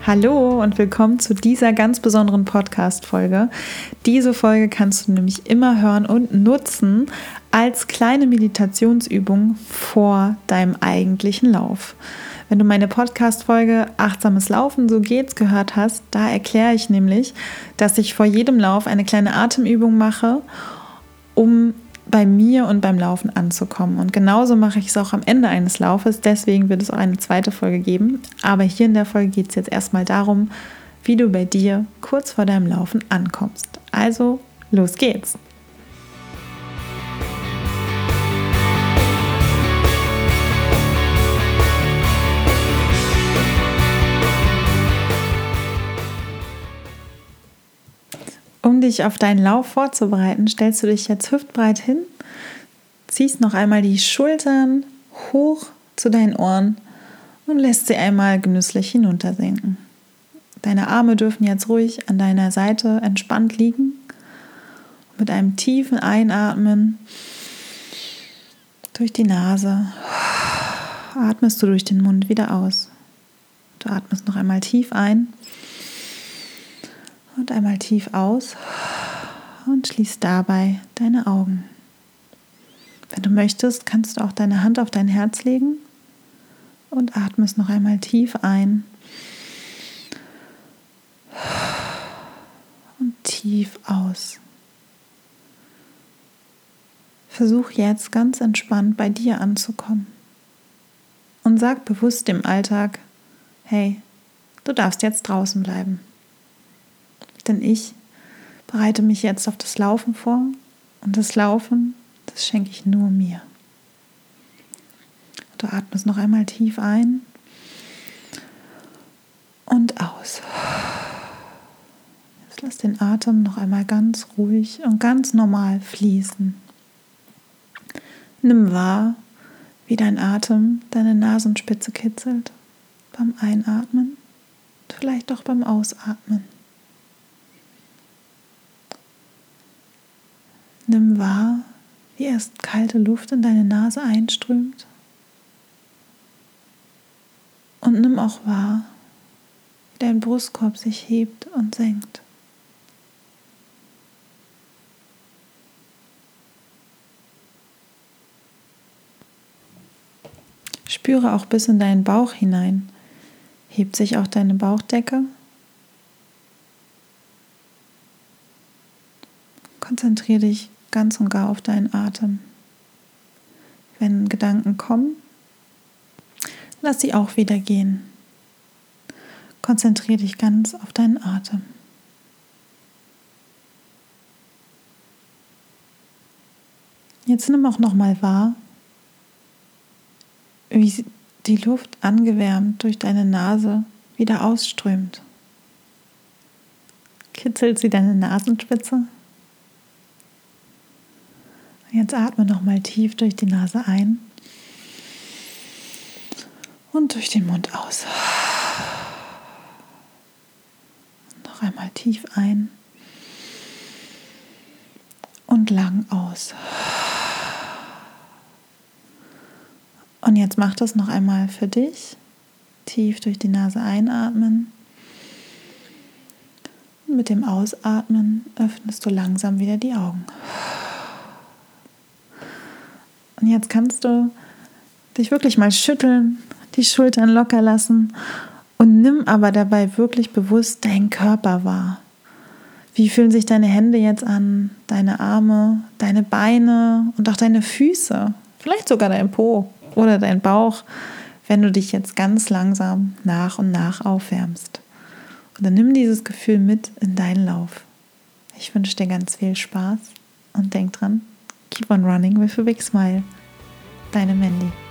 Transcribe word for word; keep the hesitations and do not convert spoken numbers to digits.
Hallo und willkommen zu dieser ganz besonderen Podcast-Folge. Diese Folge kannst du nämlich immer hören und nutzen als kleine Meditationsübung vor deinem eigentlichen Lauf. Wenn du meine Podcast-Folge Achtsames Laufen, so geht's gehört hast, da erkläre ich nämlich, dass ich vor jedem Lauf eine kleine Atemübung mache, um bei mir und beim Laufen anzukommen. Und genauso mache ich es auch am Ende eines Laufes. Deswegen wird es auch eine zweite Folge geben. Aber hier in der Folge geht es jetzt erstmal darum, wie du bei dir kurz vor deinem Laufen ankommst. Also, los geht's! Um dich auf deinen Lauf vorzubereiten, stellst du dich jetzt hüftbreit hin, ziehst noch einmal die Schultern hoch zu deinen Ohren und lässt sie einmal genüsslich hinuntersinken. Deine Arme dürfen jetzt ruhig an deiner Seite entspannt liegen. Mit einem tiefen Einatmen durch die Nase atmest du durch den Mund wieder aus. Du atmest noch einmal tief ein. Und einmal tief aus und schließ dabei deine Augen. Wenn du möchtest, kannst du auch deine Hand auf dein Herz legen und atmest noch einmal tief ein und tief aus. Versuch jetzt ganz entspannt bei dir anzukommen und sag bewusst dem Alltag: Hey, du darfst jetzt draußen bleiben. Denn ich bereite mich jetzt auf das Laufen vor und das Laufen, das schenke ich nur mir. Du atmest noch einmal tief ein und aus. Jetzt lass den Atem noch einmal ganz ruhig und ganz normal fließen. Nimm wahr, wie dein Atem deine Nasenspitze kitzelt beim Einatmen und vielleicht auch beim Ausatmen. Nimm wahr, wie erst kalte Luft in deine Nase einströmt. Und nimm auch wahr, wie dein Brustkorb sich hebt und senkt. Spüre auch bis in deinen Bauch hinein. Hebt sich auch deine Bauchdecke? Konzentriere dich ganz und gar auf deinen Atem. Wenn Gedanken kommen, lass sie auch wieder gehen. Konzentriere dich ganz auf deinen Atem. Jetzt nimm auch nochmal wahr, wie die Luft angewärmt durch deine Nase wieder ausströmt. Kitzelt sie deine Nasenspitze? Jetzt atme nochmal tief durch die Nase ein und durch den Mund aus. Noch einmal tief ein und lang aus. Und jetzt mach das noch einmal für dich. Tief durch die Nase einatmen. Und mit dem Ausatmen öffnest du langsam wieder die Augen. Und jetzt kannst du dich wirklich mal schütteln, die Schultern locker lassen und nimm aber dabei wirklich bewusst deinen Körper wahr. Wie fühlen sich deine Hände jetzt an, deine Arme, deine Beine und auch deine Füße, vielleicht sogar dein Po oder dein Bauch, wenn du dich jetzt ganz langsam nach und nach aufwärmst. Und dann nimm dieses Gefühl mit in deinen Lauf. Ich wünsche dir ganz viel Spaß und denk dran, keep on running with a big smile. Deine Mandy.